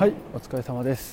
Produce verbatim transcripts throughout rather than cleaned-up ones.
はい、お疲れ様です。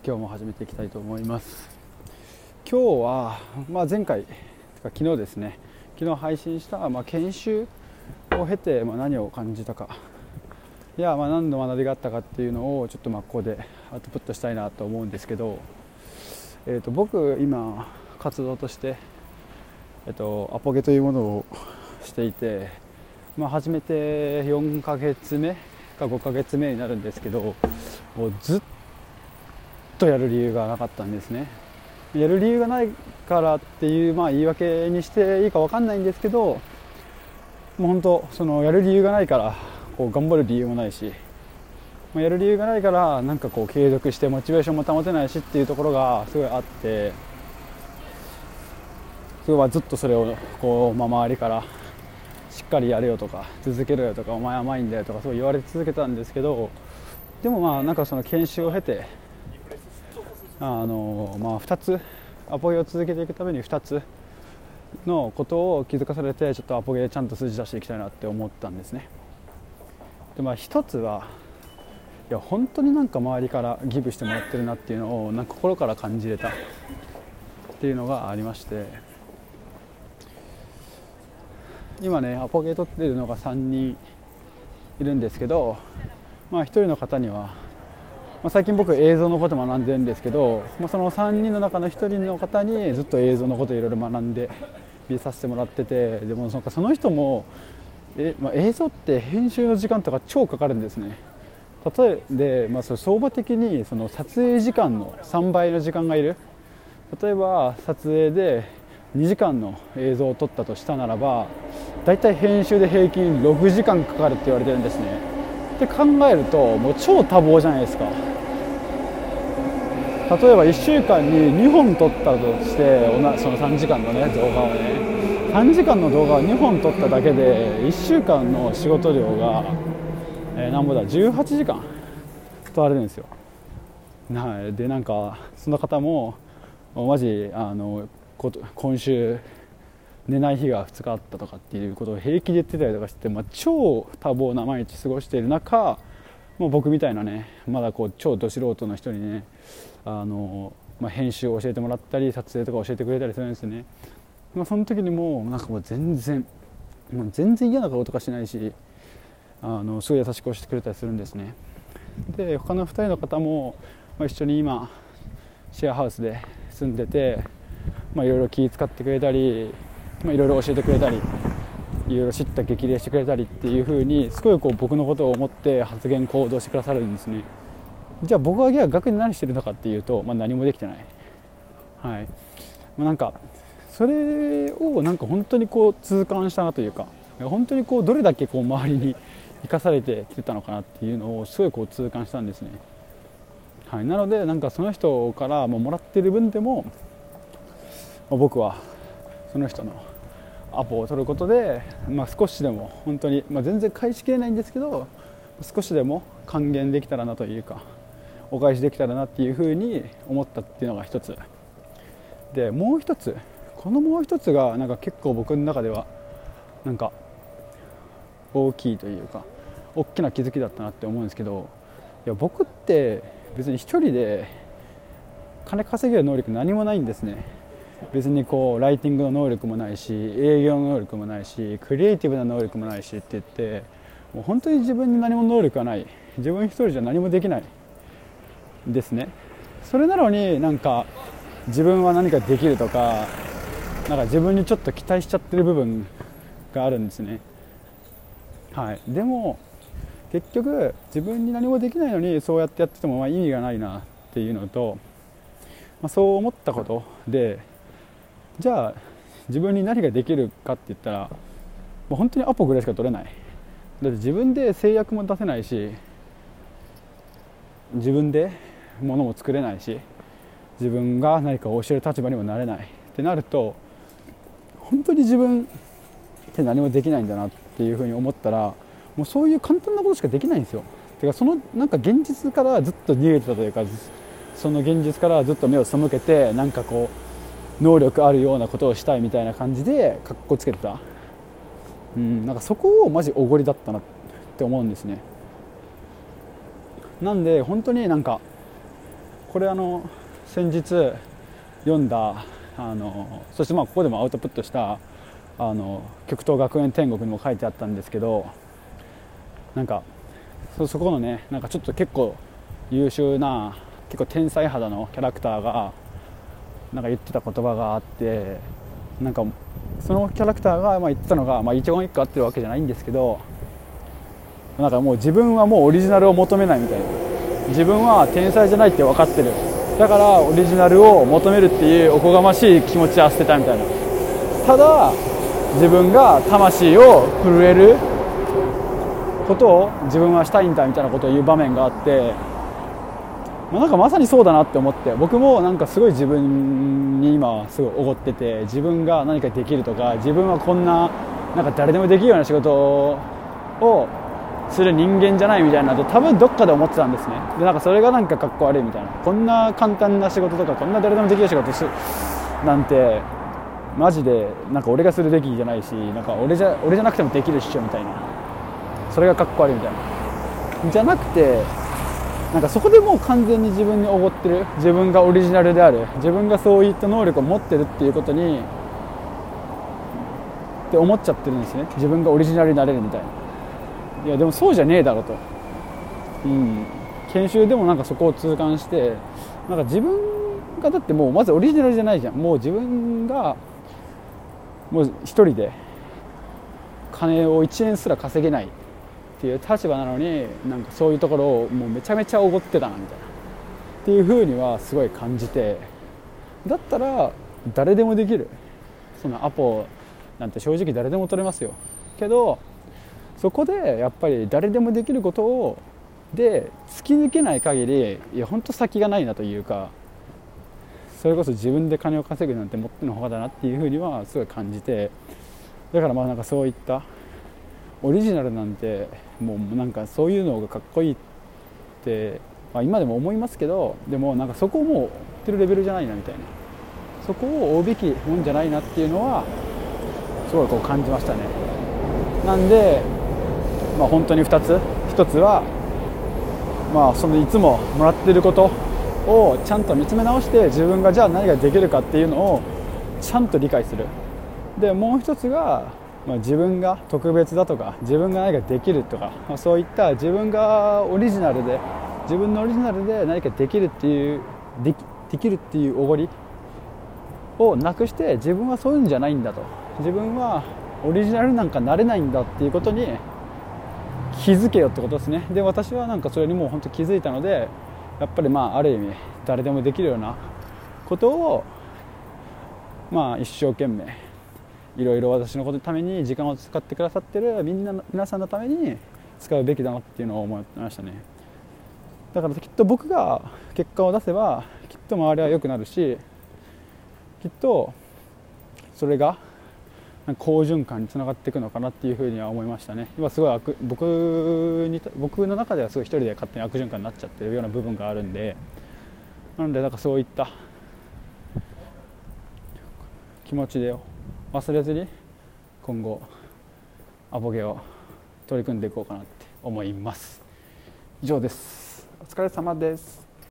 今日も始めていきたいと思います。今日は、まあ、前回昨日ですね昨日配信した、まあ、研修を経て、まあ、何を感じたか、いや、まあ、何の学びがあったかっていうのをちょっとまあここでアウトプットしたいなと思うんですけど、えー、と僕今活動として、えー、とアポゲというものをしていて、まあ、始めてよんかげつめかごかげつめになるんですけど、もうずっとやる理由がなかったんですね。やる理由がないからっていう、まあ、言い訳にしていいか分かんないんですけど、もう本当そのやる理由がないからこう頑張る理由もないし、まあ、やる理由がないからなんかこう継続してモチベーションも保てないしっていうところがすごいあって、すごいずっとそれをこう、まあ、周りからしっかりやれよとか続けろよとかお前甘いんだよとかそう言われ続けたんですけど、でもまあなんかその研修を経てあの、まあ、ふたつアポゲを続けていくためにふたつのことを気づかされて、ちょっとアポゲでちゃんと数字出していきたいなって思ったんですね。で、まあ、ひとつはいや本当になんか周りからギブしてもらってるなっていうのをなんか心から感じれたっていうのがありまして、今ねアポゲ取ってるのがさんにんいるんですけど、まあ、ひとりの方には、まあ、最近僕映像のこと学んでるんですけど、まあ、そのさんにんの中のひとりの方にずっと映像のことをいろいろ学んで見させてもらってて、でもその人もえ、まあ、映像って編集の時間とか超かかるんですね。例えば、まあ、そ相場的にその撮影時間のさんばいの時間がいる。例えば撮影でにじかんの映像を撮ったとしたならば、だいたい編集で平均ろくじかんかかるって言われてるんですね。って考えるともう超多忙じゃないですか。例えばいっしゅうかんににほん撮ったとして、そのさんじかんの、ね、動画をねさんじかんの動画をにほん撮っただけでいっしゅうかんの仕事量が、えー、なんぼだじゅうはちじかん使われるんですよ。なでなんかその方もマジあの今週寝ない日がふつかあったとかっていうことを平気で言ってたりとかして、まあ、超多忙な毎日過ごしている中、もう僕みたいなねまだこう超ど素人の人にねあの、まあ、編集を教えてもらったり撮影とか教えてくれたりするんですよね。まあ、その時にもなんかもう全然もう全然嫌な顔とかしないし、あのすごい優しく教えてくれたりするんですね。で他のふたりの方も、まあ、一緒に今シェアハウスで住んでて、まあ、いろいろ気遣ってくれたり、まあ、いろいろ教えてくれたり、いろいろ知った激励してくれたりっていう風にすごいこう僕のことを思って発言行動してくださるんですね。じゃあ僕は逆に何してるのかっていうと、まあ、何もできてない。はい。まあ、なんかそれをなんか本当にこう痛感したなというか、本当にこうどれだけこう周りに生かされてきてたのかなっていうのをすごいこう痛感したんですね。はい。なのでなんかその人からもらっている分でも、まあ、僕はその人のアポを取ることで、まあ、少しでも本当に、まあ、全然返しきれないんですけど少しでも還元できたらなというかお返しできたらなっていうふうに思ったっていうのが一つで、もう一つこのもう一つがなんか結構僕の中ではなんか大きいというか大きな気づきだったなって思うんですけど、いや僕って別に一人で金稼げる能力何もないんですね。別にこうライティングの能力もないし営業の能力もないしクリエイティブな能力もないしって言って、もう本当に自分に何も能力がない、自分一人じゃ何もできないですね。それなのになんか自分は何かできるとか、なんか自分にちょっと期待しちゃってる部分があるんですね。はい。でも結局自分に何もできないのにそうやってやっててもまあ意味がないなっていうのと、まあ、そう思ったことで、じゃあ自分に何ができるかって言ったらもう本当にアポぐらいしか取れない。だって自分で制約も出せないし、自分で物も作れないし、自分が何かを教える立場にもなれないってなると、本当に自分って何もできないんだなっていうふうに思ったら、もうそういう簡単なことしかできないんですよ。てかそのなんか現実からずっと逃げてたというか、その現実からずっと目を背けてなんかこう能力あるようなことをしたいみたいな感じでかっこつけてた、うん、なんかそこをマジおごりだったなって思うんですね。 なんで本当になんかこれあの先日読んだあのそしてまあここでもアウトプットしたあの極東学園天国にも書いてあったんですけど、なんか そ, そこのねなんかちょっと結構優秀な結構天才肌のキャラクターがなんか言ってた言葉があって、なんかそのキャラクターがまあ言ってたのが、まあ、一言一句合ってるわけじゃないんですけど、なんかもう自分はもうオリジナルを求めないみたいな、自分は天才じゃないって分かってる、だからオリジナルを求めるっていうおこがましい気持ちは捨てたみたいな、ただ自分が魂を震えることを自分はしたいんだみたいなことを言う場面があって、まあ、なんかまさにそうだなって思って、僕もなんかすごい自分に今すごいおごってて、自分が何かできるとか、自分はこんななんか誰でもできるような仕事をする人間じゃないみたいなと多分どっかで思ってたんですね。でなんかそれがなんかかっこ悪いみたいな、こんな簡単な仕事とかこんな誰でもできる仕事すなんてマジでなんか俺がするべきじゃないし、なんか俺じゃ俺じゃなくてもできるっしょみたいな、それがかっこ悪いみたいなじゃなくて、なんかそこでもう完全に自分におごってる、自分がオリジナルである、自分がそういった能力を持ってるっていうことにって思っちゃってるんですね。自分がオリジナルになれるみたいな。いやでもそうじゃねえだろと、うん、研修でもなんかそこを痛感して、なんか自分がだってもうまずオリジナルじゃないじゃん、もう自分がもう一人で金をいちえんすら稼げないっていう立場なのに、なんかそういうところをもうめちゃめちゃおごってたなみたいなっていう風にはすごい感じて、だったら誰でもできる、そのアポなんて正直誰でも取れますよけど、そこでやっぱり誰でもできることをで突き抜けない限り、いや本当先がないなというか、それこそ自分で金を稼ぐなんてもってのほかだなっていう風にはすごい感じて、だからまあなんかそういったオリジナルなんてもうなんかそういうのがかっこいいって、まあ、今でも思いますけど、でもなんかそこをもう追ってるレベルじゃないなみたいな、そこを追うべきもんじゃないなっていうのはすごいこう感じましたね。なんでまあ本当にふたつ、ひとつはまあそのいつももらってることをちゃんと見つめ直して、自分がじゃあ何ができるかっていうのをちゃんと理解する。でもう一つが、まあ、自分が特別だとか自分が何かできるとか、まあ、そういった自分がオリジナルで自分のオリジナルで何かできるっていうでき、できるっていうおごりをなくして、自分はそういうんじゃないんだと、自分はオリジナルなんかなれないんだっていうことに気づけよってことですね。で私はなんかそれにもう本当気づいたので、やっぱりまあある意味誰でもできるようなことをまあ一生懸命いろいろ私のことのために時間を使ってくださってるみんな皆さんのために使うべきだなっていうのを思いましたね。だからきっと僕が結果を出せばきっと周りは良くなるし、きっとそれが好循環につながっていくのかなっていうふうには思いましたね。今すごい悪僕に僕の中ではすごい一人で勝手に悪循環になっちゃってるような部分があるんで、なのでなんかそういった気持ちで忘れずに今後アボゲを取り組んでいこうかなって思います。以上です。お疲れ様です。